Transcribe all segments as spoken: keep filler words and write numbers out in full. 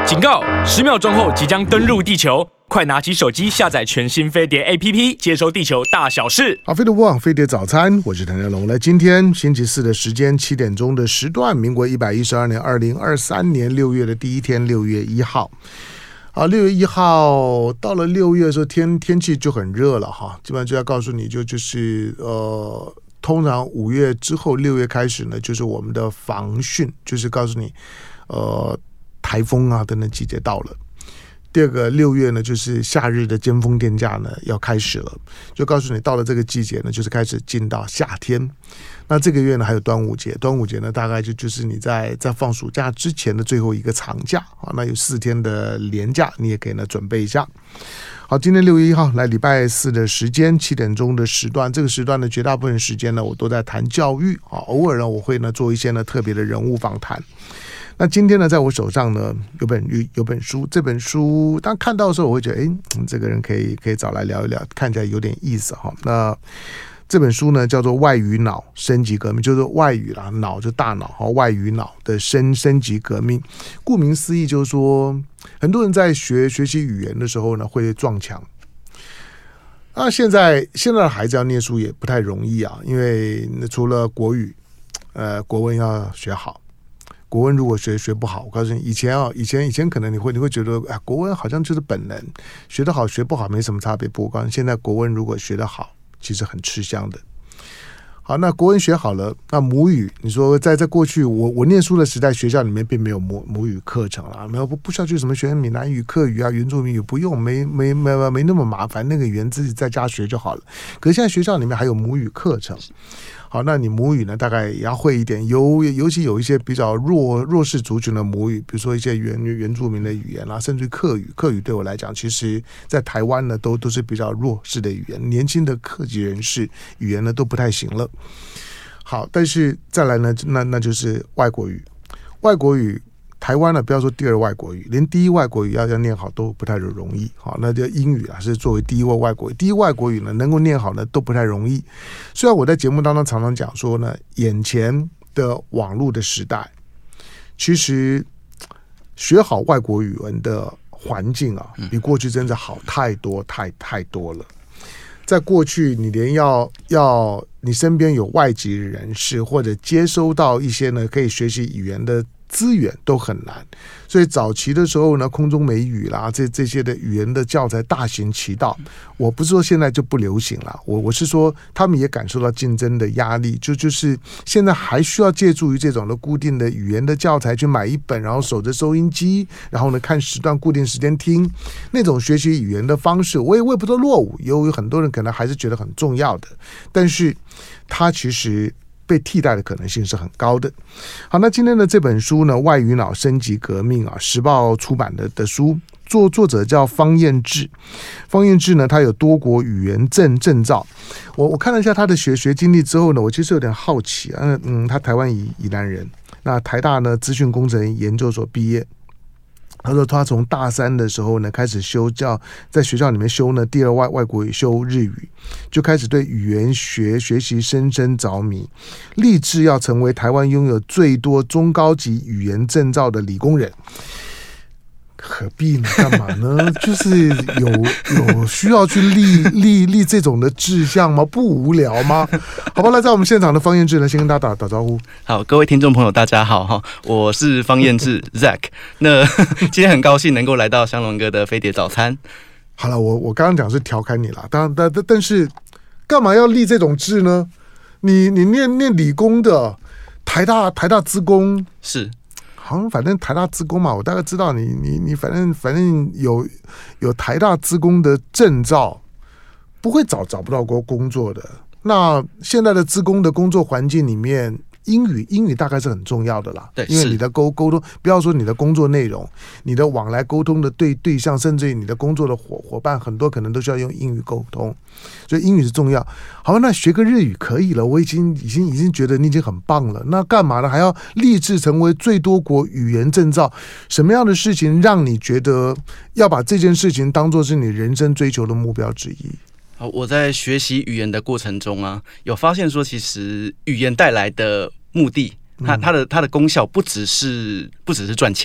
警告！十秒钟后即将登陆地球，快拿起手机下载全新飞碟 A P P， 接收地球大小事。 好，飞碟网飞碟早餐，我是谭家龙。来，今天星期四的时间，七点钟的时段，民国一百一十二年二零二三年六月的第一天，六月一号。好，六月一号到了六月的时候，天天气就很热了哈，基本上就要告诉你就就是呃。通常五月之后，六月开始呢，就是我们的防汛，就是告诉你，呃，台风啊等等季节到了。第二个六月呢，就是夏日的尖峰电假呢要开始了，就告诉你到了这个季节呢，就是开始进到夏天。那这个月呢还有端午节，端午节呢大概就就是你在在放暑假之前的最后一个长假啊，那有四天的连假，你也可以呢准备一下。好，今天六月一号来礼拜四的时间，七点钟的时段，这个时段的绝大部分时间呢，我都在谈教育啊，偶尔呢我会呢做一些呢特别的人物访谈。那今天呢，在我手上呢有本有本书，这本书当看到的时候，我会觉得，哎，这个人可以可以找来聊一聊，看起来有点意思哈。那这本书呢叫做《外语脑升级革命》，就是外语啦，脑就大脑哈，外语脑的升升级革命。顾名思义，就是说，很多人在学学习语言的时候呢，会撞墙。那现在现在的孩子要念书也不太容易啊，因为除了国语，呃，国文要学好。国文如果学学不好，我告诉你，以前啊，以前以前可能你会你会觉得，啊，国文好像就是本能，学得好学不好没什么差别。不过我告诉你，现在国文如果学得好，其实很吃香的。好，那国文学好了，那母语，你说在在过去我我念书的时代，学校里面并没有母母语课程啦，没有不不需要去什么学闽南语、客语啊、原住民语，不用，没没没没那么麻烦，那个语言自己在家学就好了。可是现在学校里面还有母语课程。好，那你母语呢，大概也要会一点，尤尤其有一些比较弱弱势族群的母语，比如说一些原原住民的语言啊，甚至客语。客语对我来讲，其实在台湾呢，都都是比较弱势的语言，年轻的客籍人士语言呢都不太行了。好，但是再来呢，那那就是外国语，外国语。台湾呢，不要说第二外国语，连第一外国语要要念好都不太容易。好，那就英语啊是作为第一位外国语，第一外国语呢能够念好呢都不太容易。虽然我在节目当中常常讲说呢，眼前的网络的时代，其实学好外国语文的环境啊，比过去真的好太多太太多了。在过去，你连要要你身边有外籍人士，或者接收到一些呢可以学习语言的资源都很难，所以早期的时候呢，空中美语啦，这这些的语言的教材大行其道。我不是说现在就不流行了，我我是说他们也感受到竞争的压力，就就是现在还需要借助于这种的固定的语言的教材去买一本，然后守着收音机，然后呢看时段固定时间听那种学习语言的方式，我也我也不说落伍，有有很多人可能还是觉得很重要的，但是它其实被替代的可能性是很高的。好，那今天的这本书呢，《外语脑升级革命》啊，时报出版的的书，作作者叫方彦志。方彦志呢，他有多国语言证证照。我我看了一下他的学学经历之后呢，我其实有点好奇啊，嗯，他台湾宜宜兰人，那台大呢资讯工程研究所毕业。他说他从大三的时候呢开始修教，在学校里面修呢第二外外国语，修日语，就开始对语言学学习深深着迷，立志要成为台湾拥有最多中高级语言证照的理工人。何必呢？干嘛呢？就是有有需要去立立立这种的志向吗？不无聊吗？好吧，来在我们现场的方彦志呢，先跟大家打打招呼。 好，各位听众朋友，大家好哈，我是方彦志 Zack。那今天很高兴能够来到香龙哥的飞碟早餐。 好了，我我刚刚讲是调侃你啦，当然，但但是干嘛要立这种志呢？你你念念理工的，台大台大资工是。 好像反正台大资工嘛，我大概知道你你你反正反正有有台大资工的证照，不会找找不到工工作的。那现在的资工的工作环境里面，英语英语大概是很重要的啦， 对， 因为你的沟沟通，不要说你的工作内容，你的往来沟通的对对象，甚至于你的工作的伙伙伴，很多可能都需要用英语沟通，所以英语是重要。好，那学个日语可以了，我已经已经已经觉得你已经很棒了。那干嘛呢？还要立志成为最多国语言证照？什么样的事情让你觉得要把这件事情当作是你人生追求的目标之一？ 我在学习语言的过程中啊，有发现说，其实语言带来的目的，它它的它的功效不只是不只是赚钱，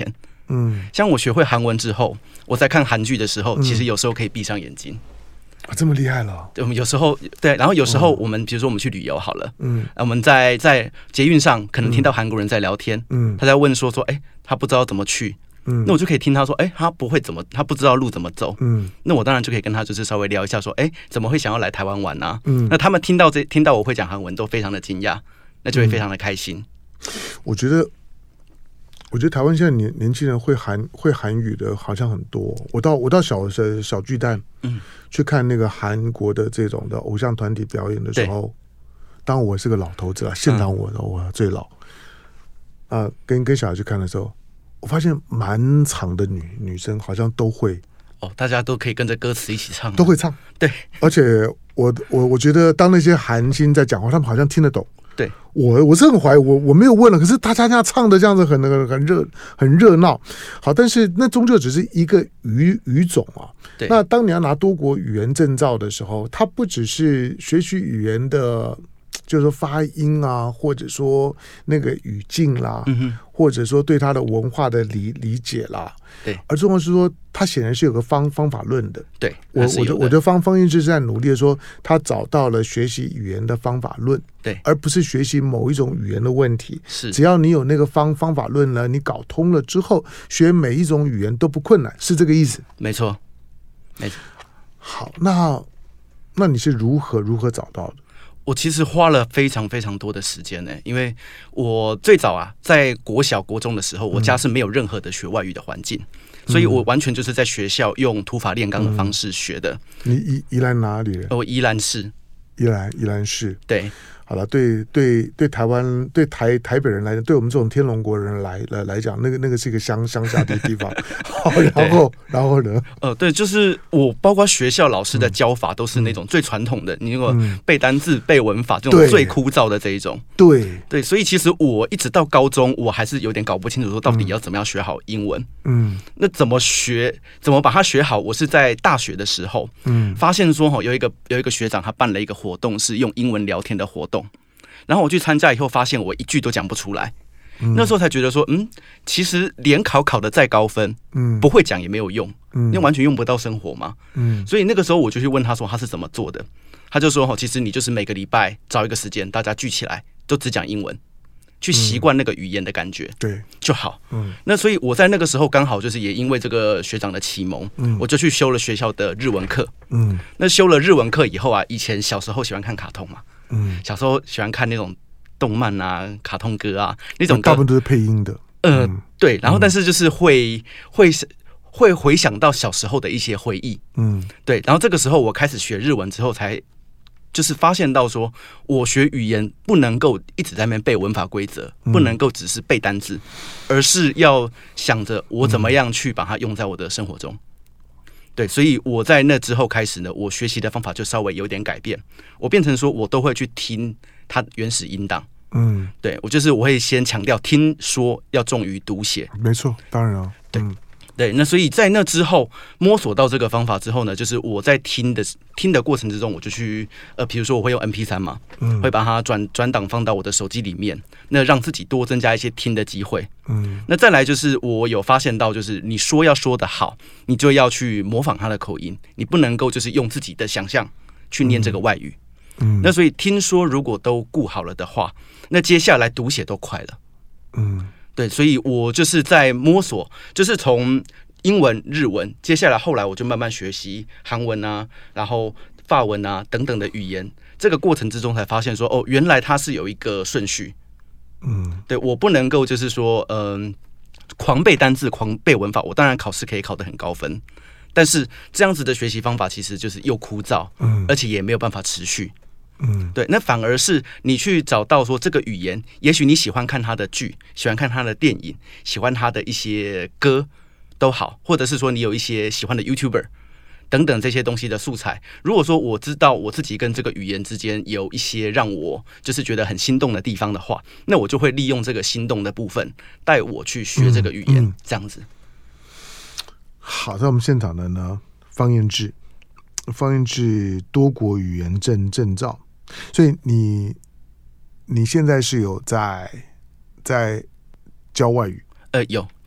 嗯，像我学会韩文之后，我在看韩剧的时候，嗯、其实有时候可以闭上眼睛。 啊，这么厉害了！ 我们有时候对，然后有时候我们、嗯、比如说我们去旅游好了，嗯，我们在在捷运上可能听到韩国人在聊天，嗯，他在问说说，哎、欸，他不知道怎么去，嗯，那我就可以听他说，哎、欸，他不会怎么，他不知道路怎么走，嗯，那我当然就可以跟他就是稍微聊一下说，哎、欸，怎么会想要来台湾玩啊？嗯，那他们听到这听到我会讲韩文，都非常的惊讶，那就会非常的开心。 嗯、我觉得。我觉得台湾现在年年轻人会韩会韩语的好像很多。我到我到小小小巨蛋，嗯，去看那个韩国的这种的偶像团体表演的时候，当我是个老头子啊，现场我、嗯、我最老啊、呃，跟跟小孩去看的时候，我发现满场的女女生好像都会哦，大家都可以跟着歌词一起唱， 都会唱， 对， 而且我我我觉得当那些韩星在讲话，他们好像听得懂。 对，我我是很怀疑，我我没有问了，可是大家这样唱的这样子很很很热很热闹，好，但是那终究只是一个语语种啊。 对， 那当你要拿多国语言证照的时候，它不只是学习语言的，就是说发音啊，或者说那个语境啦，嗯、或者说对它的文化的理理解啦。 对， 而重要是说，他显然是有个方方法论的。 对， 我我的我的方方燕之是在努力的说，他找到了学习语言的方法论， 对， 而不是学习某一种语言的问题。 是， 只要你有那个方方法论了，你搞通了之后，学每一种语言都不困难，是这个意思。 没错，没错。 好，那那你是如何如何找到的？ 我其实花了非常非常多的时间呢、欸，因为我最早啊，在国小国中的时候，我家是没有任何的学外语的环境，嗯、所以我完全就是在学校用土法炼钢的方式学的。 嗯、你宜宜兰哪里人？ 我宜兰市。 宜兰宜兰市。 对。 好了，对对对，台湾对台台北人来讲，对我们这种天龙国人来来来讲，那个那个是一个乡乡下的地方。好，然后然后呢？ 呃，对，就是我包括学校老师的教法都是那种最传统的，嗯、你如果背单字、背文法这种最枯燥的这一种。 对对，所以其实我一直到高中，我还是有点搞不清楚，说到底要怎么样学好英文。嗯，那怎么学？怎么把它学好？我是在大学的时候，嗯，发现说哈，有一个有一个学长他办了一个活动，是用英文聊天的活动。然后我去参加以后，发现我一句都讲不出来。嗯、那时候才觉得说，嗯，其实联考考得再高分，嗯，不会讲也没有用，嗯，因为完全用不到生活嘛，嗯。所以那个时候我就去问他说他是怎么做的，他就说，其实你就是每个礼拜找一个时间，大家聚起来，都只讲英文，去习惯那个语言的感觉，对、嗯、就好。嗯。那所以我在那个时候刚好就是也因为这个学长的启蒙，嗯，我就去修了学校的日文课，嗯。那修了日文课以后啊，以前小时候喜欢看卡通嘛。嗯，小时候喜欢看那种动漫啊、卡通歌啊，那种歌大部分都是配音的。 呃，嗯、对，然后但是就是会会会回想到小时候的一些回忆。嗯，对，然后这个时候我开始学日文之后，才就是发现到说，我学语言不能够一直在那边背文法规则，嗯、不能够只是背单字，而是要想着我怎么样去把它用在我的生活中。对，所以我在那之后开始呢，我学习的方法就稍微有点改变，我变成说我都会去听它原始音档。嗯，对，我就是我会先强调听说要重于读写。 没错，当然啊， 对。嗯对，那所以在那之后摸索到这个方法之后呢，就是我在听的听的过程之中，我就去呃，比如说我会用 M P 三 嘛，嗯，会把它转转档放到我的手机里面，那让自己多增加一些听的机会，嗯，那再来就是我有发现到，就是你说要说得好，你就要去模仿他的口音，你不能够就是用自己的想象去念这个外语，嗯，那所以听说如果都顾好了的话，那接下来读写都快了，嗯。对，所以我就是在摸索，就是从英文、日文，接下来后来我就慢慢学习韩文啊，然后法文啊等等的语言。这个过程之中才发现说，哦，原来它是有一个顺序。嗯，对，我不能够就是说，嗯、呃，狂背单字、狂背文法。我当然考试可以考得很高分，但是这样子的学习方法其实就是又枯燥，嗯，而且也没有办法持续。嗯，对，那反而是你去找到说这个语言，也许你喜欢看他的剧，喜欢看他的电影，喜欢他的一些歌都好，或者是说你有一些喜欢的 YouTuber 等等这些东西的素材。如果说我知道我自己跟这个语言之间有一些让我就是觉得很心动的地方的话，那我就会利用这个心动的部分带我去学这个语言，嗯嗯、这样子。 好，在我们现场的呢，方彦志，方彦志多国语言证证照。所以你你现在是有在在教外语？ 呃，有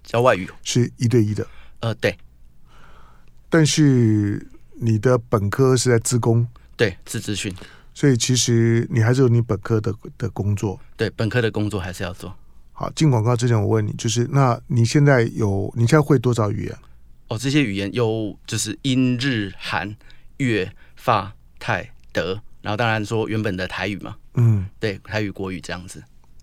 教外语是一对一的。 呃，对。 但是你的本科是在资工， 对，是资讯， 所以其实你还是有你本科的的工作。 对，本科的工作还是要做。 好，进广告之前我问你，就是那你现在有你现在会多少语言？ 哦，这些语言有就是英、日、韩、越、法、泰、德，然后当然说原本的台语嘛，嗯，对，台语、国语这样子。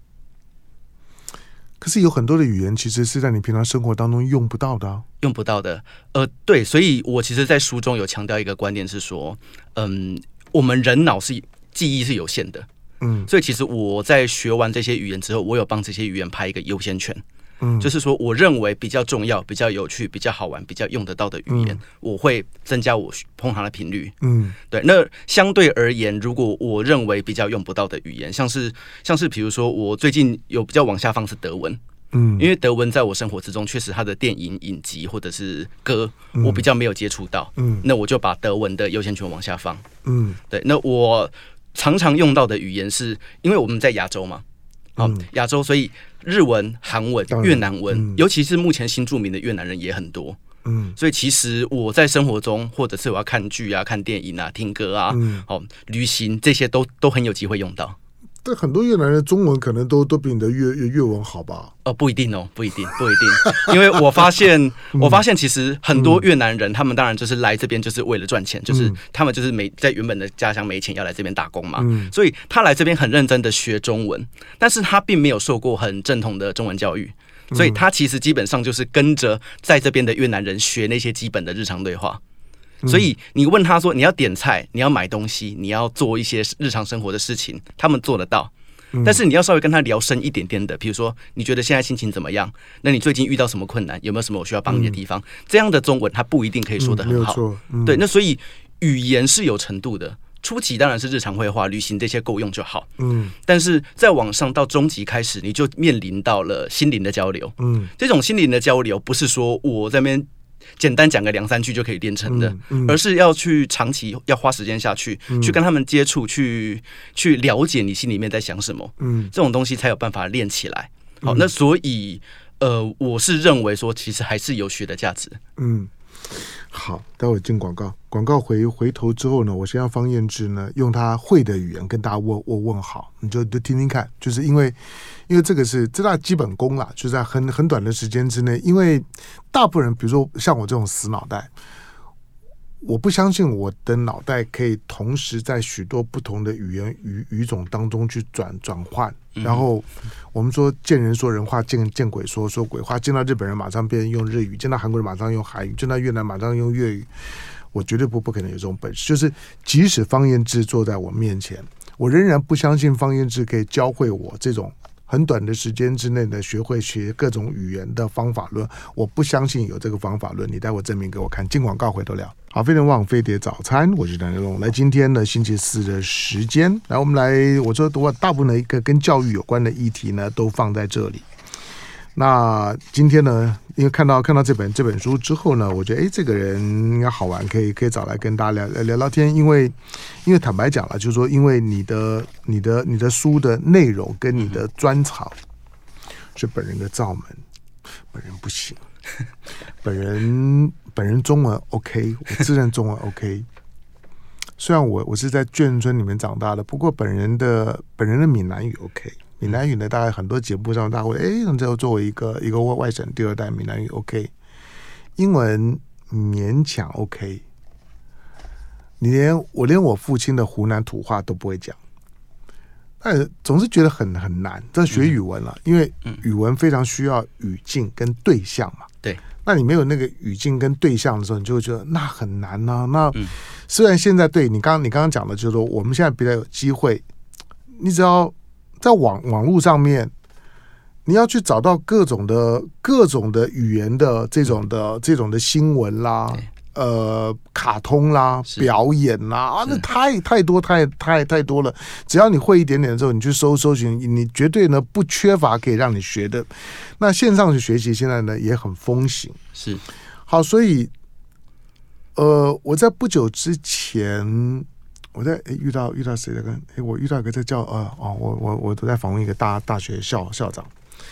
可是有很多的语言其实是在你平常生活当中用不到的、啊， 用不到的。呃，对，所以我其实，在书中有强调一个观点是说，嗯，我们人脑是记忆是有限的，嗯，所以其实我在学完这些语言之后，我有帮这些语言排一个优先权。嗯，就是说，我认为比较重要、比较有趣、比较好玩、比较用得到的语言，嗯、我会增加我碰它的频率。嗯，对。那相对而言，如果我认为比较用不到的语言，像是像是比如说，我最近有比较往下放是德文。嗯，因为德文在我生活之中，确实它的电影、影集或者是歌，我比较没有接触到。嗯，那我就把德文的优先权往下放。嗯，对。那我常常用到的语言是，因为我们在亚洲嘛。好，亚洲，所以日文、韩文、越南文，嗯、尤其是目前新著名的越南人也很多。嗯，所以其实我在生活中，或者是我要看剧啊、看电影啊、听歌啊、嗯、好旅行这些都都很有机会用到。 但很多越南人的中文可能都都比你的越越文好吧？ 呃，不一定哦，不一定，不一定，因为我发现，我发现其实很多越南人，他们当然就是来这边就是为了赚钱，嗯、就是他们就是没在原本的家乡没钱，要来这边打工嘛，嗯、所以他来这边很认真的学中文，但是他并没有受过很正统的中文教育，所以他其实基本上就是跟着在这边的越南人学那些基本的日常对话。所以你问他说你要点菜，你要买东西，你要做一些日常生活的事情，他们做得到。但是你要稍微跟他聊深一点点的，比如说你觉得现在心情怎么样？那你最近遇到什么困难？有没有什么我需要帮你的地方？嗯、这样的中文他不一定可以说得很好。嗯嗯、对，那所以语言是有程度的。初期当然是日常会话、旅行这些够用就好。嗯，但是在往上到中级开始，你就面临到了心灵的交流。嗯，这种心灵的交流不是说我在那边简单讲个两三句就可以练成的，嗯嗯、而是要去长期要花时间下去，嗯、去跟他们接触，去去了解你心里面在想什么，嗯，这种东西才有办法练起来。好，嗯、那所以呃，我是认为说，其实还是有学的价值。嗯， 好，待会进广告，广告回回头之后呢，我先让方彦志呢用他会的语言跟大家问问问好，你就就听听看，就是因为因为这个是这大基本功啦，就在很很短的时间之内，因为大部分人，比如说像我这种死脑袋，我不相信我的脑袋可以同时在许多不同的语言语语种当中去转转换。然后我们说见人说人话，见见鬼说说鬼话，见到日本人马上变用日语，见到韩国人马上用韩语，见到越南马上用粤语，我绝对不不可能有这种本事。就是即使方彦志坐在我面前，我仍然不相信方彦志可以教会我这种很短的时间之内的学会学各种语言的方法论，我不相信有这个方法论，你待会证明给我看。进广告回头聊。好，飞碟网飞碟早餐，我是谭德龙。来，今天的星期四的时间，来我们来，我说我大部分的一个跟教育有关的议题呢，都放在这里。那今天呢，因为看到看到这本这本书之后呢，我觉得哎，这个人应该好玩，可以可以找来跟大家聊聊聊天。因为因为坦白讲了，就是说，因为你的你的你的书的内容跟你的专长是本人的罩门，本人不行，本人本人中文 OK， 我自认中文 OK。虽然我我是在眷村里面长大的，不过本人的本人的闽南语 OK。闽南语呢，大概很多节目上大家会哎，这作为一个一个外省第二代，闽南语 OK， 英文勉强 OK。你连我连我父亲的湖南土话都不会讲，但总是觉得很很难。这学语文了，嗯、因为语文非常需要语境跟对象嘛。 对， 那你没有那个语境跟对象的时候，你就会觉得那很难啊。那、嗯、虽然现在对你刚你刚刚讲的，就是说我们现在比较有机会，你只要在网网络上面，你要去找到各种的各种的语言的这种的这种的新闻啦，呃，卡通啦，表演啦，啊，那太太多太太太多了。只要你会一点点之后，你去搜搜寻，你绝对呢不缺乏可以让你学的。那线上去学习现在呢也很风行， 是好，所以呃，我在不久之前。我在诶遇到遇到谁在跟诶我遇到一个在叫呃哦我我我都在访问一个大大学校校长，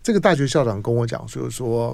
这个大学校长跟我讲，就是说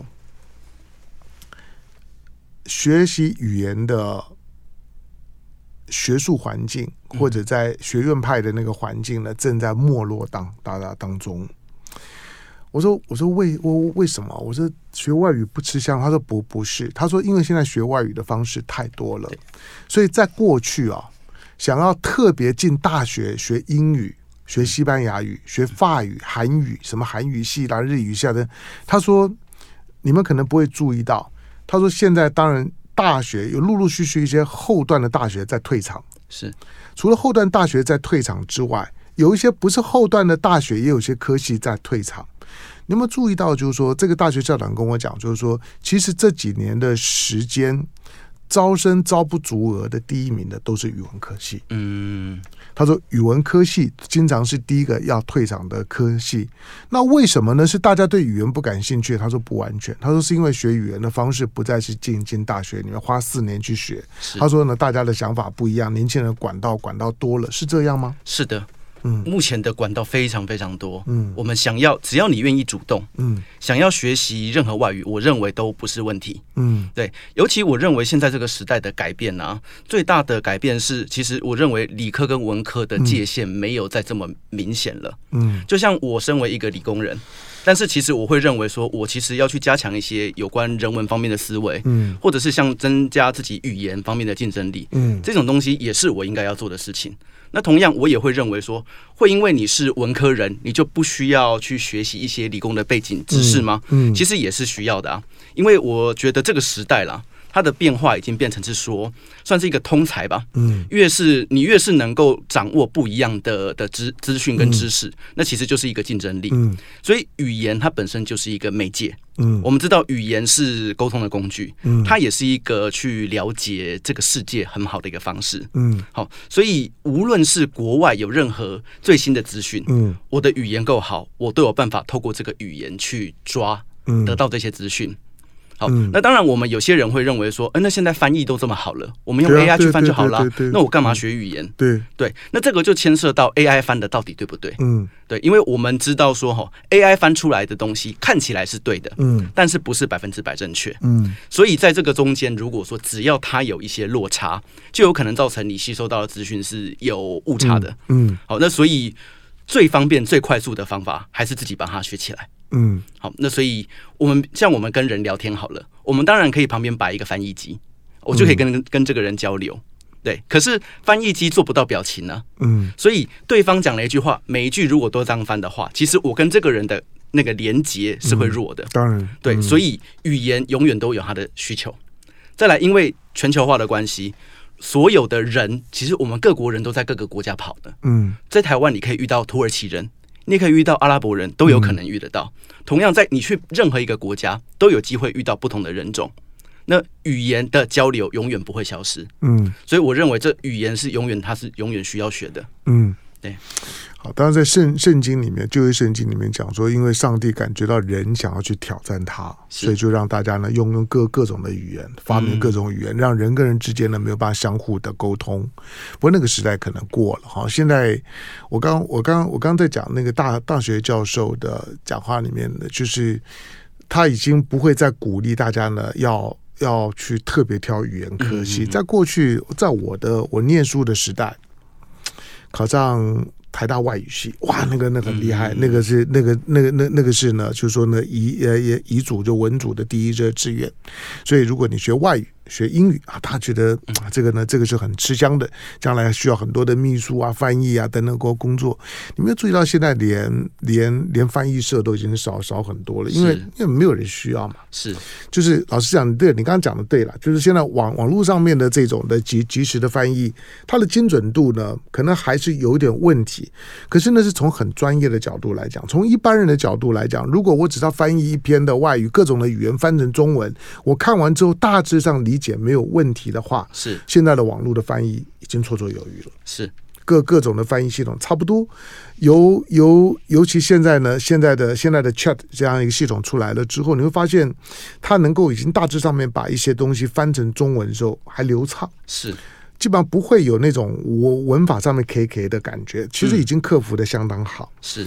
学习语言的学术环境，或者在学院派的那个环境呢，正在没落当当当中。我说我说为我为什么？我说学外语不吃香。他说不不是，他说因为现在学外语的方式太多了，所以在过去啊，想要特别进大学学英语、学西班牙语、学法语、韩语，什么韩语系啦、日语系的，他说你们可能不会注意到。他说现在当然大学有陆陆续续一些后段的大学在退场， 是除了后段大学在退场之外，有一些不是后段的大学也有些科系在退场。你有没有注意到，就是说这个大学校长跟我讲，就是说其实这几年的时间招生招不足额的第一名的都是语文科系。嗯，他说语文科系经常是第一个要退场的科系。那为什么呢？是大家对语言不感兴趣？他说不完全，他说是因为学语言的方式不再是进进大学里面花四年去学。他说呢，大家的想法不一样，年轻人管道管道多了，是这样吗？ 是的。嗯，目前的管道非常非常多。嗯，我们想要，只要你愿意主动，嗯，想要学习任何外语，我认为都不是问题。嗯，对，尤其我认为现在这个时代的改变啊，最大的改变是，其实我认为理科跟文科的界限没有再这么明显了。嗯，就像我身为一个理工人。但是其实我会认为说，我其实要去加强一些有关人文方面的思维，嗯，或者是像增加自己语言方面的竞争力，嗯，这种东西也是我应该要做的事情。那同样，我也会认为说，会因为你是文科人，你就不需要去学习一些理工的背景知识吗？嗯，其实也是需要的啊，因为我觉得这个时代啦。它的变化已经变成是说，算是一个通才吧。嗯，越是你越是能够掌握不一样的的资资讯跟知识，嗯，那其实就是一个竞争力。嗯，所以语言它本身就是一个媒介。嗯，我们知道语言是沟通的工具，嗯，它也是一个去了解这个世界很好的一个方式。嗯，好，所以无论是国外有任何最新的资讯，嗯，我的语言够好，我都有办法透过这个语言去抓，得到这些资讯。好，嗯，那当然，我们有些人会认为说，呃，那现在翻译都这么好了，我们用 A I 去翻就好了，那我干嘛学语言？对对，那这个就牵涉到 A I 翻的到底对不对？嗯，对，因为我们知道说，哈 ，A I 翻出来的东西看起来是对的，嗯，但是不是百分之百正确，嗯，所以在这个中间，如果说只要它有一些落差，就有可能造成你吸收到的资讯是有误差的，嗯，嗯好，那所以最方便、最快速的方法还是自己把它学起来。嗯，好，那所以我们像我们跟人聊天好了，我们当然可以旁边摆一个翻译机，我就可以跟、嗯、跟这个人交流，对。可是翻译机做不到表情呢，嗯，所以对方讲了一句话，每一句如果都这样翻的话，其实我跟这个人的那个连结是会弱的，嗯、 当然， 对、嗯，所以语言永远都有它的需求。再来，因为全球化的关系。所有的人，其实我们各国人都在各个国家跑的。嗯，在台湾你可以遇到土耳其人，你也可以遇到阿拉伯人，都有可能遇得到。嗯、同样，在你去任何一个国家，都有机会遇到不同的人种。那语言的交流永远不会消失。嗯，所以我认为这语言是永远，它是永远需要学的。嗯，对。 好，当然在圣圣经里面，旧约圣经里面讲说，因为上帝感觉到人想要去挑战他，所以就让大家呢用用各各种的语言，发明各种语言，嗯、让人跟人之间呢没有办法相互的沟通。不过那个时代可能过了哈。现在我刚我刚我刚在讲那个大大学教授的讲话里面呢，就是他已经不会再鼓励大家呢要要去特别挑语言科系。嗯、在过去，在我的我念书的时代，考上台大外语系，哇，那个那个很厉害，嗯、那个是那个那个那那个是呢，就是说呢，遗呃遗嘱就文组的第一热志愿，所以如果你学外语。学英语啊，他觉得、啊、这个呢，这个是很吃香的，将来需要很多的秘书啊、翻译啊等等工作。你没有注意到现在连连连翻译社都已经少少很多了，因为因为没有人需要嘛。 是， 就是老实讲，对你刚刚讲的对了，就是现在网网络上面的这种的即即时的翻译，它的精准度呢，可能还是有一点问题。可是那是从很专业的角度来讲，从一般人的角度来讲，如果我只要翻译一篇的外语，各种的语言翻成中文，我看完之后大致上理解没有问题的话， 是现在的网络的翻译已经绰绰有余了。 是各各种的翻译系统差不多，尤尤尤其现在呢，现在的现在的 Chat 这样一个系统出来了之后，你会发现它能够已经大致上面把一些东西翻成中文的时候还流畅， 是基本上不会有那种我文法上面 K K 的感觉，其实已经克服的相当好。 是。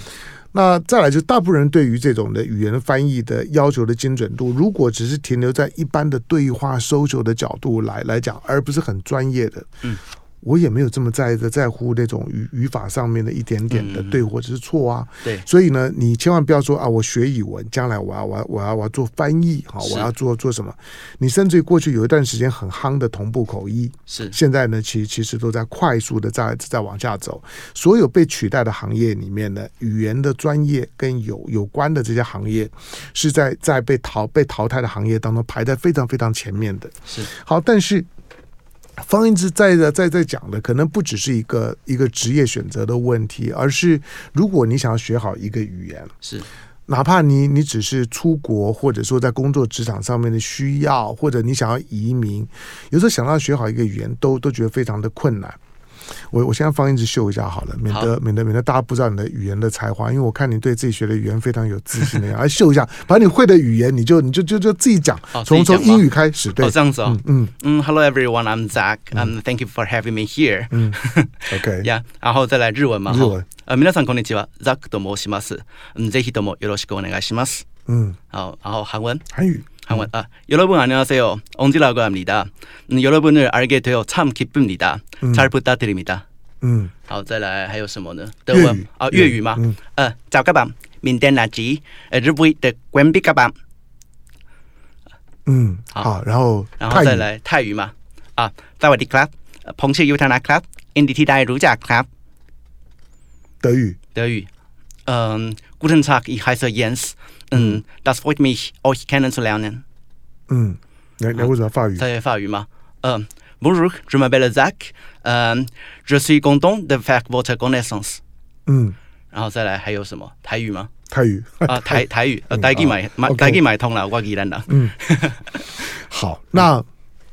那再来就大部分人对于这种的语言翻译的要求的精准度，如果只是停留在一般的对话搜求的角度来来讲，而不是很专业的，嗯，我也没有这么在的在乎那种语语法上面的一点点的对或者是错啊。 对， 所以呢，你千万不要说啊，我学语文，将来我要我要我要我要做翻译，好，我要做做什么？你甚至于过去有一段时间很夯的同步口译， 是现在呢，其其实都在快速的在在往下走。所有被取代的行业里面呢，语言的专业跟有有关的这些行业，是在在被淘被淘汰的行业当中排在非常非常前面的。 是好，但是。方英之在在在讲的，可能不只是一个一个职业选择的问题，而是如果你想要学好一个语言， 是哪怕你你只是出国，或者说在工作职场上面的需要，或者你想要移民，有时候想要学好一个语言，都都觉得非常的困难。我我现在方英之秀一下好了，免得免得免得大家不知道你的语言的才华，因为我看你对自己学的语言非常有自信的样子，来秀一下，把你会的语言你就你就就就自己讲，从从英语开始，对， 哦这样子哦， 嗯嗯 ，Hello everyone, I'm Zach, um, thank you for having me here. 嗯，OK， 呀，然后再来日文嘛， 日文， 呃，皆さんこんにちは、ザックと申します。嗯，ぜひともよろしくお願いします。 嗯， 好，然后韩文， 韩语。 한번 아, 여러분 안녕하세요. 엉지라고 합니다. 음, 여러분을 알게 되어 참 기쁩니다. 음. 잘 부탁드립니다. 嗯， 好，再来还有什么呢？德文啊，粤语吗？ 嗯， 呃，早các bạn, mình tên là Trí, rất vui được quen biết các bạn. 嗯，好，然后然后再来泰语嘛？啊，สวัสดีครับ ผมชื่อยุทธนะครับยินดีที่ได้รู้จักครับ。 德语， 德语，嗯 ，Guten Tag, ich heiße Jens. 嗯 ，das freut mich, euch kennenzulernen. 嗯，你你为什么法语？ 再法语吗？嗯 ，Bonjour, je m'appelle Zach. 嗯 ，je suis content de faire votre connaissance. 嗯， 然后再来还有什么？台语吗？ 台语啊，台台语，呃，台语买买台语买通了，我记得了。 嗯，好，那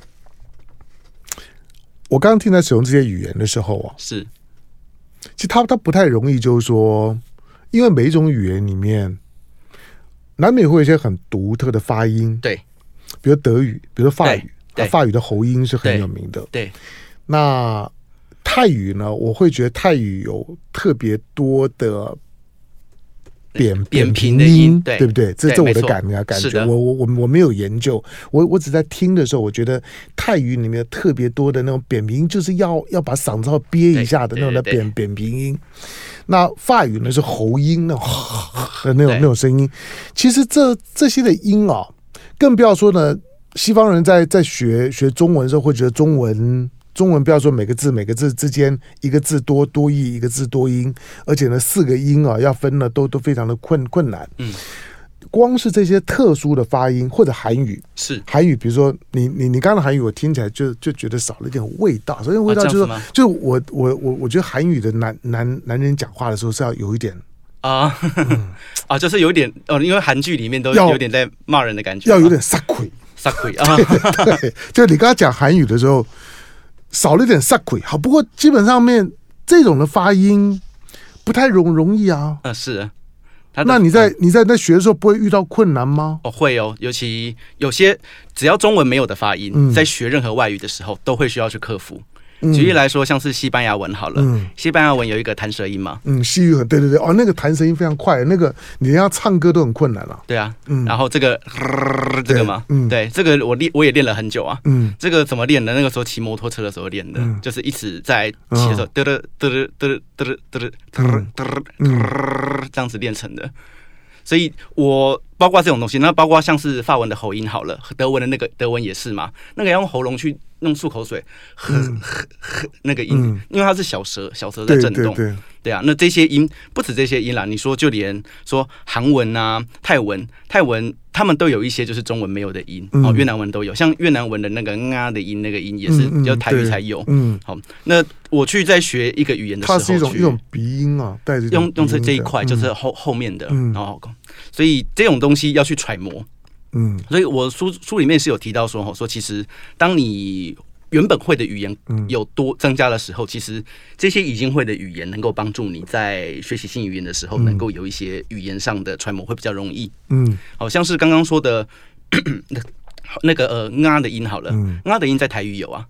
我刚刚听他使用这些语言的时候啊， 是， 其实他他不太容易，就是说，因为每一种语言里面。难免会有一些很独特的发音， 对， 比如德语，比如法语， 对， 法语的喉音是很有名的， 对。 那泰语呢？我会觉得泰语有特别多的扁扁平的音，对对不对？这这我的感感觉，我我我我没有研究，我我只在听的时候，我觉得泰语里面特别多的那种扁平音，就是要要把嗓子要憋一下的那种的扁扁平音。那法语呢是喉音那种的那种那种声音，其实这这些的音啊，更不要说呢，西方人在在学学中文的时候会觉得中文中文不要说每个字每个字之间一个字多多义一个字多音，而且呢四个音啊要分呢都都非常的困困难。嗯，光是这些特殊的发音或者韩语是韩语，比如说你你你刚刚的韩语我听起来就就觉得少了一点味道，所以味道就是说、啊、就我我我我觉得韩语的男男男人讲话的时候是要有一点啊、嗯、啊，就是有点哦，因为韩剧里面都有点在骂人的感觉， 要有点撒亏撒亏啊， 对，就你刚刚讲韩语的时候少了一点撒亏，好，不过基本上面这种的发音不太容容易啊， 嗯是。 那你在你在那学的时候不会遇到困难吗？ 哦，会哦，尤其有些只要中文没有的发音，嗯、在学任何外语的时候都会需要去克服。嗯、举例来说，像是西班牙文好了，嗯、西班牙文有一个弹舌音嘛， 嗯，西语很对对对，哦，那个弹舌音非常快，那个你连要唱歌都很困难了、啊。 对啊，嗯，然后这个、呃、这个嘛，嗯，对，这个我练我也练了很久啊，嗯，这个怎么练的？那个时候骑摩托车的时候练的，嗯、就是一直在骑的时候，嘚嘚嘚嘚嘚嘚嘚嘚嘚这样子练成的。所以我包括这种东西，那包括像是法文的喉音好了，德文的那个德文也是嘛，那个要用喉咙去弄漱口水，呵呵呵那个音，嗯、因为它是小舌小舌在震动，对, 对, 对, 对啊，那这些音不止这些音啦，你说就连说韩文啊、泰文、泰文，他们都有一些就是中文没有的音，嗯、哦，越南文都有，像越南文的那个啊的音，那个音也是只有台语才有，嗯，好，那我去在学一个语言的时候， 它是一种一种鼻音啊，带着用用这这一块就是后、嗯、后面的，嗯、然后所以这种东西要去揣摩，嗯，所以我书书里面是有提到说，说其实当你原本会的语言有多增加的时候，嗯、其实这些已经会的语言能够帮助你在学习新语言的时候，嗯、能够有一些语言上的揣摩会比较容易。嗯，好像是刚刚说的那个呃啊的音好了，啊、嗯、的音在台语有啊。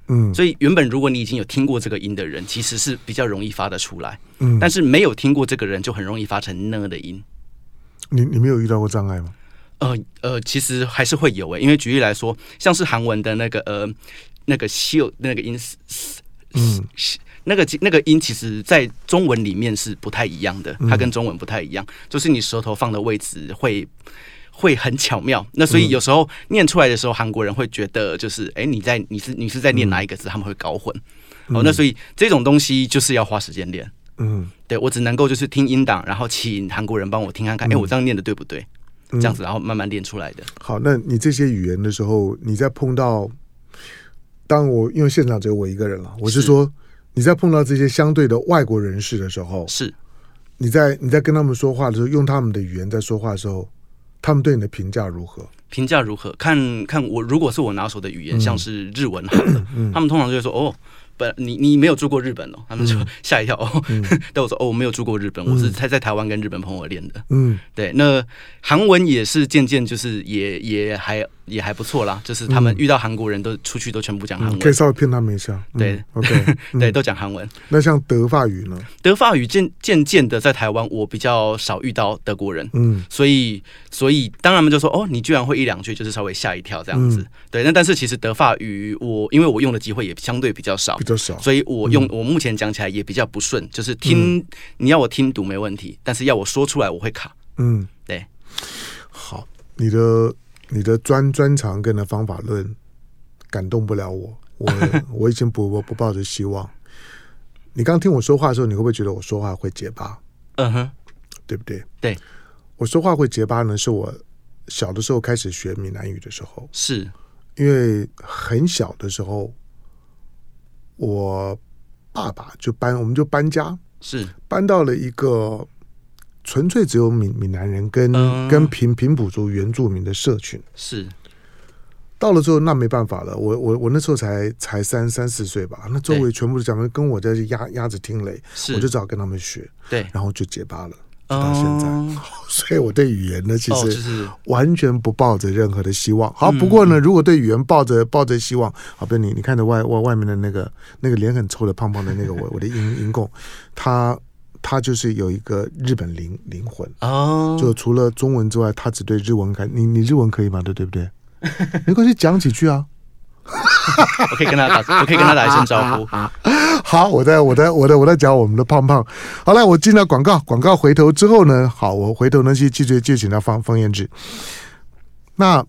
嗯，所以原本如果你已经有听过这个音的人，其实是比较容易发得出来。 嗯， 但是没有听过这个人，就很容易发成呢的音。 你你没有遇到过障碍吗？ 呃呃，其实还是会有诶、欸，因为举例来说，像是韩文的那个呃那个秀那个音，嗯，那个那个音，其实在中文里面是不太一样的，它跟中文不太一样，就是你舌头放的位置会。会很巧妙，那所以有时候念出来的时候，韩国人会觉得就是，哎、欸，你在你是你是在念哪一个字，他们会搞混。嗯、哦，那所以这种东西就是要花时间练。嗯，对我只能够就是听音档，然后请韩国人帮我听看看，哎、欸，我这样念的对不对？嗯、这样子，然后慢慢练出来的。 好，那你这些语言的时候，你在碰到，当我因为现场只有我一个人了，我是说你在碰到这些相对的外国人士的时候， 是你在你在跟他们说话的时候，用他们的语言在说话的时候。他们对你的评价如何？ 评价如何？看看我，如果是我拿手的语言，嗯、像是日文好了，嗯、他们通常就会说：“哦，不，你你没有住过日本哦。”他们就吓一跳。哦，嗯、但我说：“哦，我没有住过日本，嗯、我是才在台湾跟日本朋友练的。”嗯，对。那韩文也是渐渐就是也也还也还不错啦，就是他们遇到韩国人都出去都全部讲韩文， 嗯、可以稍微骗他们一下。嗯、 对 ，OK， 嗯、对，都讲韩文。 那像德法语呢？ 德法语渐渐渐的在台湾，我比较少遇到德国人，嗯，所以所以当然他们就说哦，你居然会一两句，就是稍微吓一跳这样子。嗯、对，那但是其实德法语我因为我用的机会也相对比较少， 比较少， 所以我用、嗯、我目前讲起来也比较不顺，就是听、嗯、你要我听读没问题，但是要我说出来我会卡。嗯，对。 好，你的你的专专长跟的方法论感动不了我，我我已经不我不抱着希望。你刚听我说话的时候，你会不会觉得我说话会结巴？嗯哼，对不对？ 对， 我说话会结巴呢，是我小的时候开始学闽南语的时候， 是因为很小的时候，我爸爸就搬，我们就搬家， 是搬到了一个纯粹只有闽闽南人跟、嗯、跟平平埔族原住民的社群， 是。 到了之后，那没办法了。我我我那时候才才三三四岁吧，那周围全部都讲跟我在鸭鸭子听雷，我就只好跟他们学， 对， 然后就结巴了，直到现在。嗯、所以我对语言呢，其实完全不抱着任何的希望。好，不过呢，如果对语言抱着抱着希望，好，比如你你看着外外外面的那个那个脸很臭的胖胖的那个我我的音音控，他。他就是有一个日本灵灵魂哦，就除了中文之外，他只对日文看。你你日文可以吗？对对不对？没关系，讲几句啊。 我可以跟他打，我可以跟他打一声招呼。 好，我在我在我在我在讲我们的胖胖。好了，我进到广告，广告回头之后呢，好，我回头呢去继续就请到方方彦志。那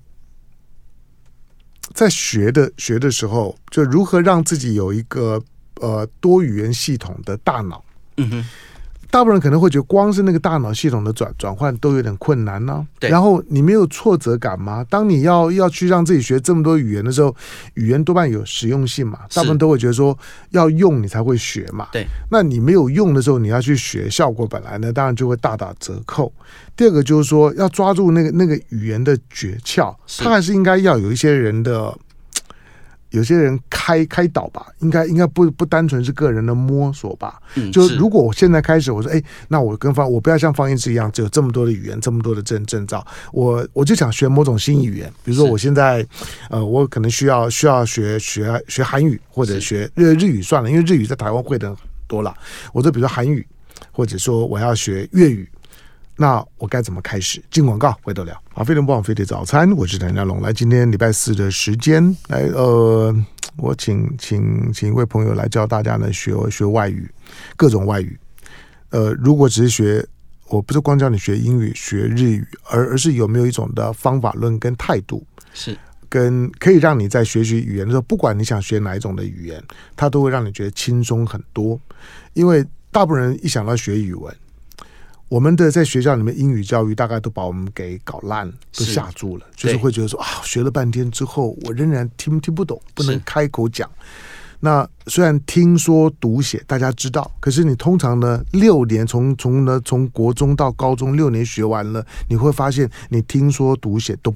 在学的学的时候，就如何让自己有一个呃多语言系统的大脑？嗯哼。大部分人可能会觉得光是那个大脑系统的转转换都有点困难呢、啊。然后你没有挫折感吗？当你要要去让自己学这么多语言的时候，语言多半有实用性嘛，大部分都会觉得说要用你才会学嘛。 对， 那你没有用的时候，你要去学，效果本来呢当然就会大打折扣。第二个就是说，要抓住那个那个语言的诀窍，它还是应该要有一些人的。有些人开开导吧，应该应该不不单纯是个人的摸索吧。嗯、就如果我现在开始，我说，哎，那我跟方，我不要像方彦志一样，只有这么多的语言，这么多的证证照，我我就想学某种新语言。比如说，我现在，呃，我可能需要需要学学学韩语，或者学日日语算了，因为日语在台湾会的很多了。我说，比如说韩语，或者说我要学粤语。那我该怎么开始？进广告，回头聊。好，飞碟不枉飞碟早餐，我是谭家龙。来，今天礼拜四的时间，来，呃，我请请请一位朋友来教大家呢学学外语，各种外语。呃，如果只是学，我不是光教你学英语、学日语，而而是有没有一种的方法论跟态度， 是跟可以让你在学习语言的时候，不管你想学哪一种的语言，它都会让你觉得轻松很多。因为大部分人一想到学语文。我们的在学校里面英语教育大概都把我们给搞烂，都吓住了，就是会觉得说啊，学了半天之后，我仍然听听不懂，不能开口讲。那虽然听说读写大家知道，可是你通常呢六年从从呢从国中到高中六年学完了，你会发现你听说读写都不行。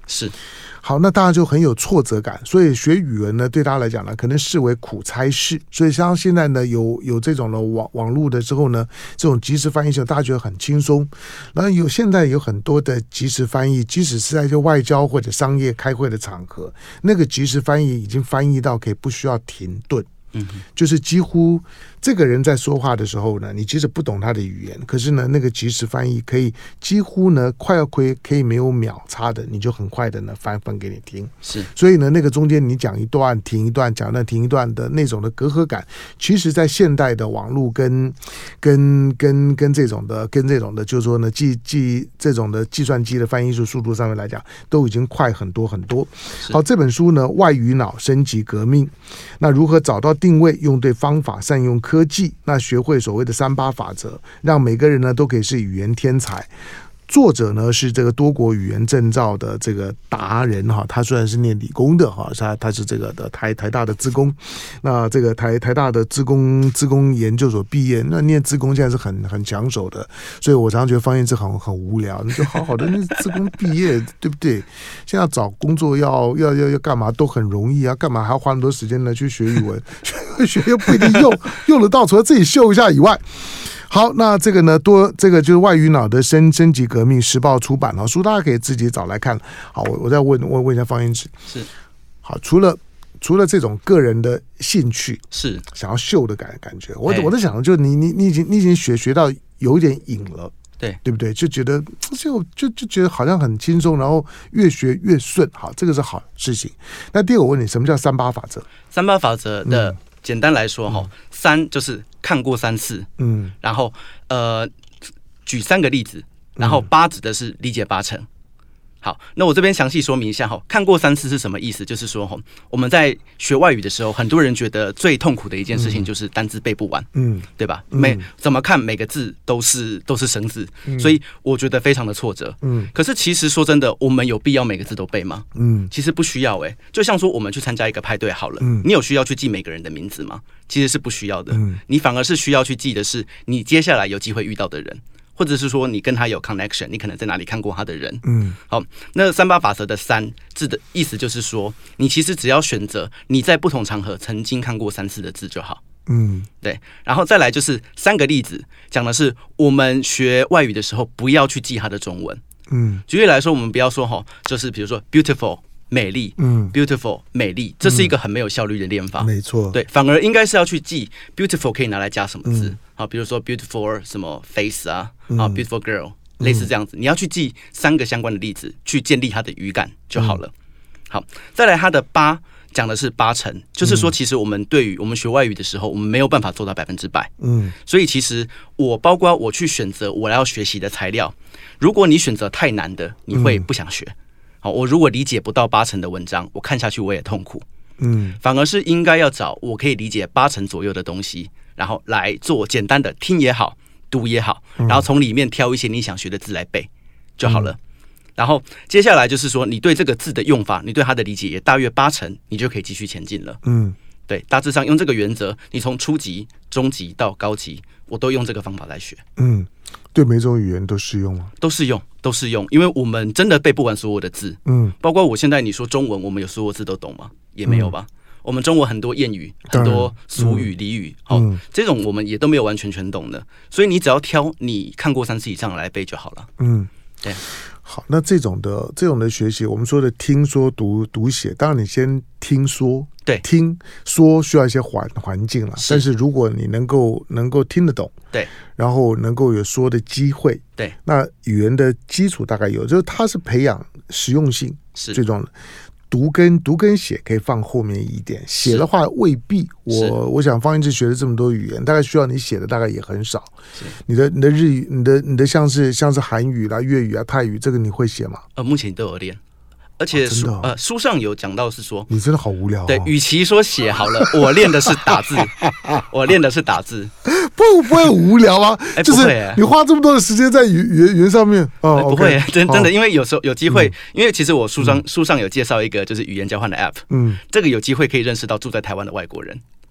是。 好，那当然就很有挫折感，所以学语文呢，对他来讲呢，可能视为苦差事。所以像现在呢，有有这种的网网络的之后呢，这种即时翻译性，大家觉得很轻松。然后有现在有很多的即时翻译，即使是在一些外交或者商业开会的场合，那个即时翻译已经翻译到可以不需要停顿。嗯，就是几乎这个人在说话的时候呢，你即使不懂他的语言，可是呢，那个即时翻译可以几乎呢快要可以可以没有秒差的，你就很快的呢翻翻给你听。 是， 所以呢，那个中间你讲一段停一段，讲一段停一段的那种的隔阂感，其实在现代的网络跟跟跟跟这种的跟这种的，就是说呢，计计这种的计算机的翻译术速度上面来讲，都已经快很多很多。好，这本书呢，《外语脑升级革命》，那如何找到定位，用对方法，善用科技，那学会所谓的三八法则，让每个人呢都可以是语言天才。作者呢是这个多国语言证照的这个达人哈，他虽然是念理工的哈，他他是这个的台台大的资工，那这个台台大的资工资工研究所毕业，那念资工现在是很很抢手的，所以我常常觉得方燕之很很无聊，你就好好的那资工毕业对不对？现在找工作要要要要干嘛都很容易啊，干嘛还要花很多时间呢去学语文？学又不一定用用得到，除了自己秀一下以外。好，那这个呢，多这个就是外语脑的升升级革命，时报出版了书，大家可以自己找来看。好，我我再问问问一下方燕之， 是好，除了除了这种个人的兴趣， 是想要秀的感感觉，我我在想，就你你你已经你已经学学到有一点瘾了。 对对不对？就觉得就就就觉得好像很轻松，然后越学越顺。好，这个是好事情。那第二个我问你，什么叫三八法则？ 三八法则的、嗯、简单来说哈、嗯，三就是看过三次，嗯，然后呃举三个例子，然后八指的是理解八成。好，那我这边详细说明一下哈，看过三次是什么意思？就是说哈，我们在学外语的时候，很多人觉得最痛苦的一件事情就是单字背不完，嗯，对吧？每怎么看每个字都是都是生字，嗯，所以我觉得非常的挫折。嗯，可是其实说真的，我们有必要每个字都背吗？嗯，其实不需要哎、欸。就像说我们去参加一个派对好了，嗯，你有需要去记每个人的名字吗？其实是不需要的，嗯，你反而是需要去记的是你接下来有机会遇到的人。或者是说你跟他有 connection， 你可能在哪里看过他的人。嗯，好，那三八法则的三字的意思就是说，你其实只要选择你在不同场合曾经看过三次的字就好。嗯，对。然后再来就是三个例子，讲的是我们学外语的时候不要去记它的中文。嗯，举例来说，我们不要说哈，就是比如说 beautiful。美丽，嗯 ，beautiful， 美丽，这是一个很没有效率的练法， 没错， 对，反而应该是要去记 beautiful 可以拿来加什么字，好、嗯，比如说 beautiful 什么 face 啊，嗯、啊 beautiful girl，、嗯、类似这样子，你要去记三个相关的例子，去建立它的语感就好了。嗯、好，再来它的八讲的是八成，就是说其实我们对于我们学外语的时候，我们没有办法做到百分之百，嗯，所以其实我包括我去选择我要学习的材料，如果你选择太难的，你会不想学。嗯好，我如果理解不到八成的文章，我看下去我也痛苦。嗯，反而是应该要找我可以理解八成左右的东西，然后来做简单的听也好，读也好，然后从里面挑一些你想学的字来背就好了。嗯、然后接下来就是说，你对这个字的用法，你对它的理解也大约八成，你就可以继续前进了。嗯，对，大致上用这个原则，你从初级、中级到高级，我都用这个方法来学。嗯。 对每种语言都适用吗？ 都适用，都适用，因为我们真的背不完所有的字，嗯，包括我现在你说中文，我们有所有字都懂吗？也没有吧。嗯、我们中文很多谚语、很多俗语、俚语，哦、嗯，这种我们也都没有完全全懂的，所以你只要挑你看过三次以上来背就好了。嗯，对。 好，那这种的这种的学习，我们说的听说读读写，当然你先听说， 对， 听说需要一些环环境了，但是如果你能够能够听得懂， 对， 然后能够有说的机会， 对， 那语言的基础大概有，就是它是培养实用性是最重要的。读跟读跟写可以放后面一点，写的话未必。我我想方燕之学了这么多语言，大概需要你写的大概也很少。你的你的日语，你的你的像是像是韩语啦、粤语啊、泰语，这个你会写吗？ 呃，目前都有练。而且书、哦哦、呃书上有讲到是说， 你真的好无聊、哦。 对，与其说写好了，我练的是打字，我练的是打字， 不不会无聊吗？ 哎、 就是你花这么多的时间在语语言语言上面，哦， 哎、不会，真真的，因为有时候有机会、嗯，因为其实我书上、嗯、书上有介绍一个就是语言交换的 app， 嗯，这个有机会可以认识到住在台湾的外国人。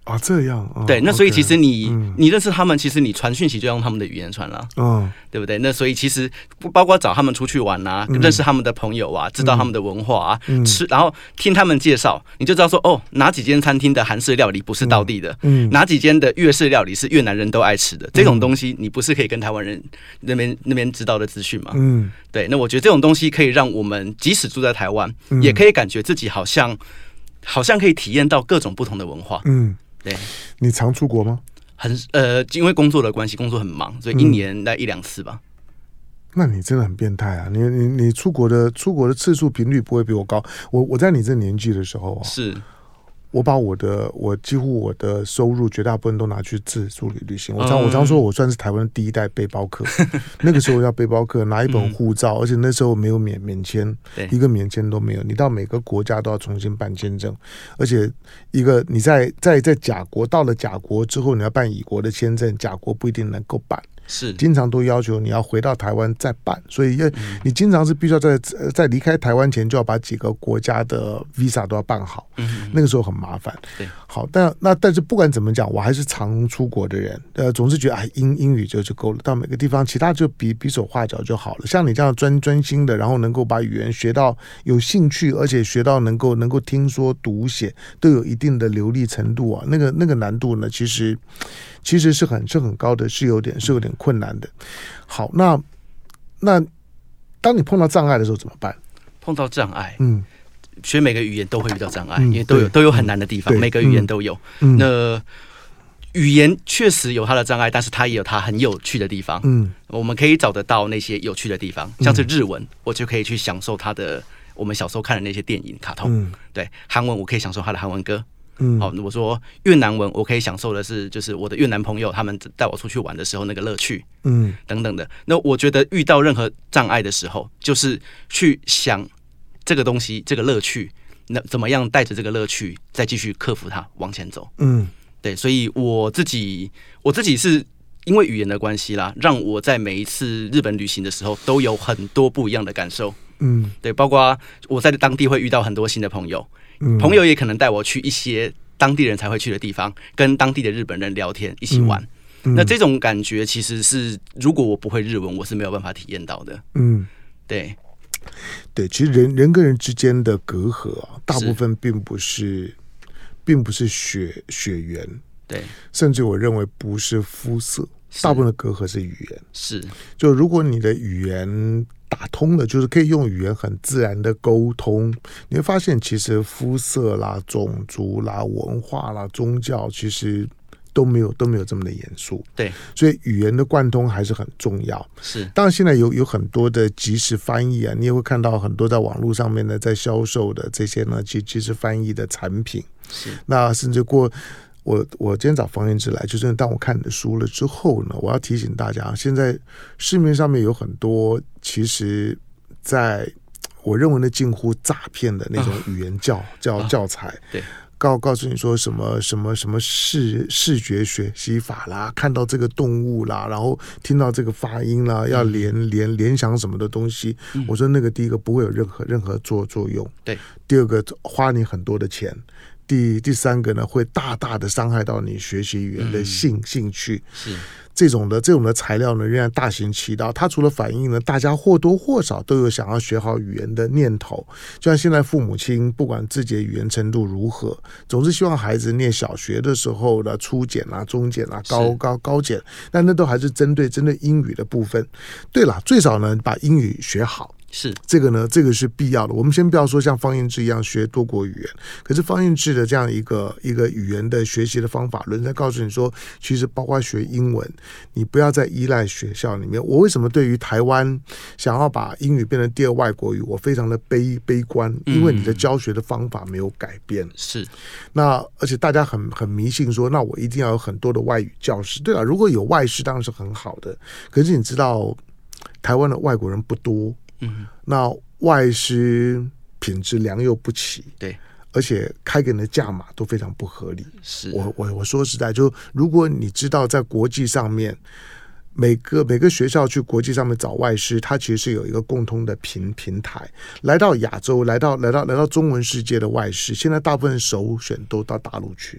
啊，这样、哦、 对，那所以其实你、 嗯、 你认识他们，其实你传讯息就用他们的语言传了， 嗯， 对不对？那所以其实包括找他们出去玩啊，嗯、认识他们的朋友啊，知道他们的文化啊，嗯、吃，然后听他们介绍，你就知道说哦，哪几间餐厅的韩式料理不是道地的，嗯，哪几间的粤式料理是越南人都爱吃的，这种东西你不是可以跟台湾人那边那边知道的资讯吗？嗯，对，那我觉得这种东西可以让我们即使住在台湾，嗯、也可以感觉自己好像好像可以体验到各种不同的文化，嗯。对， 你常出国吗？ 很呃，因为工作的关系，工作很忙，所以一年大概一两次吧。 那你真的很变态啊！你你你出国的出国的次数频率不会比我高。我我在你这年纪的时候啊， 是我把我的我几乎我的收入绝大部分都拿去自助旅旅行。我常、嗯、我常说，我算是台湾第一代背包客。那个时候要背包客拿一本护照，嗯、而且那时候没有免免签，一个免签都没有。你到每个国家都要重新办签证，而且一个你在在在甲国到了甲国之后，你要办乙国的签证，甲国不一定能够办。 是， 经常都要求你要回到台湾再办，所以你经常是必须要在在离开台湾前就要把几个国家的 visa 都要办好，嗯、那个时候很麻烦。 对， 好，但那但是不管怎么讲，我还是常出国的人，呃，总是觉得哎，英英语就就够了，到每个地方其他就比比手画脚就好了。像你这样专专心的，然后能够把语言学到有兴趣，而且学到能够能够听说读写都有一定的流利程度啊，那个那个难度呢，其实。其实是很是很高的，是有点是有点困难的。好，那那当你碰到障碍的时候怎么办？ 碰到障碍， 嗯， 学每个语言都会遇到障碍， 嗯、 因为都有都有很难的地方，每个语言都有。 嗯、 那语言确实有它的障碍，但是它也有它很有趣的地方。嗯，我们可以找得到那些有趣的地方，像是日文，我就可以去享受它的我们小时候看的那些电影、卡通。 嗯、 对，韩文我可以享受它的韩文歌。 嗯， 好，我说越南文，我可以享受的是，就是我的越南朋友他们带我出去玩的时候那个乐趣， 嗯， 等等的。那我觉得遇到任何障碍的时候，就是去想这个东西，这个乐趣，那怎么样带着这个乐趣再继续克服它，往前走。 嗯， 对，所以我自己，我自己是因为语言的关系啦，让我在每一次日本旅行的时候都有很多不一样的感受。 嗯， 对，包括我在当地会遇到很多新的朋友。 嗯、 朋友也可能带我去一些当地人才会去的地方，跟当地的日本人聊天，一起玩。 嗯嗯、 那这种感觉其实是，如果我不会日文，我是没有办法体验到的。 嗯， 对， 对，其实人人跟人之间的隔阂啊，大部分并不是，并不是血血缘， 对， 甚至我认为不是肤色，大部分的隔阂是语言。 是， 就如果你的语言打通了，就是可以用语言很自然的沟通，你会发现其实肤色啦、种族啦、文化啦、宗教其实都没有都没有这么的严肃。 对， 所以语言的贯通还是很重要。 是， 当然现在有有很多的即时翻译啊，你也会看到很多在网络上面呢在销售的这些呢即即时翻译的产品。 是， 那甚至过。我我今天找方燕之来，就是当我看你的书了之后呢，我要提醒大家，现在市面上面有很多，其实在我认为呢近乎诈骗的那种语言教、啊、教教材， 对， 告告诉你说什么什么什么视视觉学习法啦，看到这个动物啦，然后听到这个发音啦，要联、嗯、联联想什么的东西。嗯、我说那个第一个不会有任何任何作作用， 对， 第二个花你很多的钱。第第三个呢，会大大的伤害到你学习语言的兴、嗯、兴趣。 是这种的这种的材料呢，仍然大行其道。它除了反映呢，大家或多或少都有想要学好语言的念头。就像现在父母亲，不管自己的语言程度如何，总是希望孩子念小学的时候的初检啊、中检啊、高高高检，但那都还是针对针对英语的部分。对了，最少呢，把英语学好。 是这个呢，这个是必要的。我们先不要说像方燕之一样学多国语言，可是方燕之的这样一个一个语言的学习的方法论，在告诉你说，其实包括学英文，你不要再依赖学校里面。我为什么对于台湾想要把英语变成第二外国语，我非常的悲悲观，因为你的教学的方法没有改变。 是， 那而且大家很很迷信说，那我一定要有很多的外语教师。对了，如果有外师当然是很好的，可是你知道台湾的外国人不多。 嗯， 那外师品质良莠不齐， 对， 而且开给你的价码都非常不合理。 是， 我我我说实在，就如果你知道在国际上面，每个每个学校去国际上面找外师，它其实是有一个共通的平平台。来到亚洲，来到来到来到中文世界的外师，现在大部分首选都到大陆去。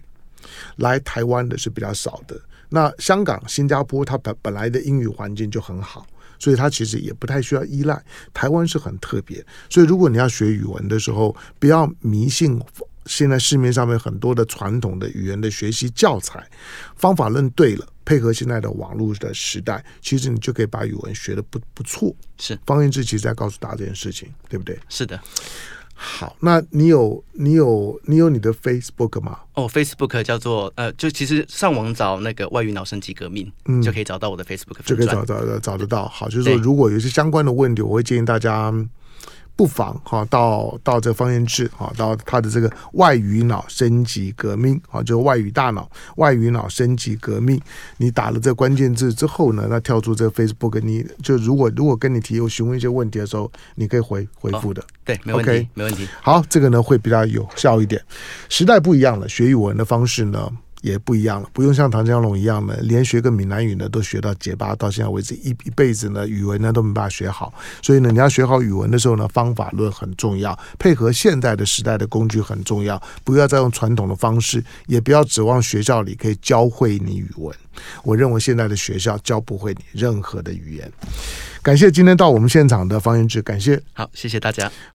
来台湾的是比较少的。那香港、新加坡，它本本来的英语环境就很好，所以它其实也不太需要依赖。台湾是很特别，所以如果你要学语文的时候，不要迷信现在市面上面很多的传统的语言的学习教材，方法论对了，配合现在的网络的时代，其实你就可以把语文学得不不错。 是方彦志其实在告诉大家这件事情，对不对？ 是的。 好，那你有你有你有你的 Facebook 吗？ 哦 ，Facebook 叫做呃，就其实上网找那个外语脑升级革命，嗯，就可以找到我的 Facebook， 就可以找找找得到。好，就是说如果有些相关的问题，我会建议大家不妨哈到到这方彦志哈到他的这个外语脑升级革命哈，就外语大脑外语脑升级革命。你打了这关键字之后呢，那跳出这个 Facebook， 你就如果如果跟你提有询问一些问题的时候，你可以回回复的。 哦，对，没问题， okay， 没问题。 好，这个呢会比较有效一点。时代不一样了，学语文的方式呢也不一样了，不用像唐江龙一样呢，连学个闽南语呢都学到结巴，到现在为止一一辈子呢语文呢都没办法学好。所以呢，你要学好语文的时候呢，方法论很重要，配合现在的时代的工具很重要，不要再用传统的方式，也不要指望学校里可以教会你语文。我认为现在的学校教不会你任何的语言。感谢今天到我们现场的方彦志，感谢。 好，谢谢大家。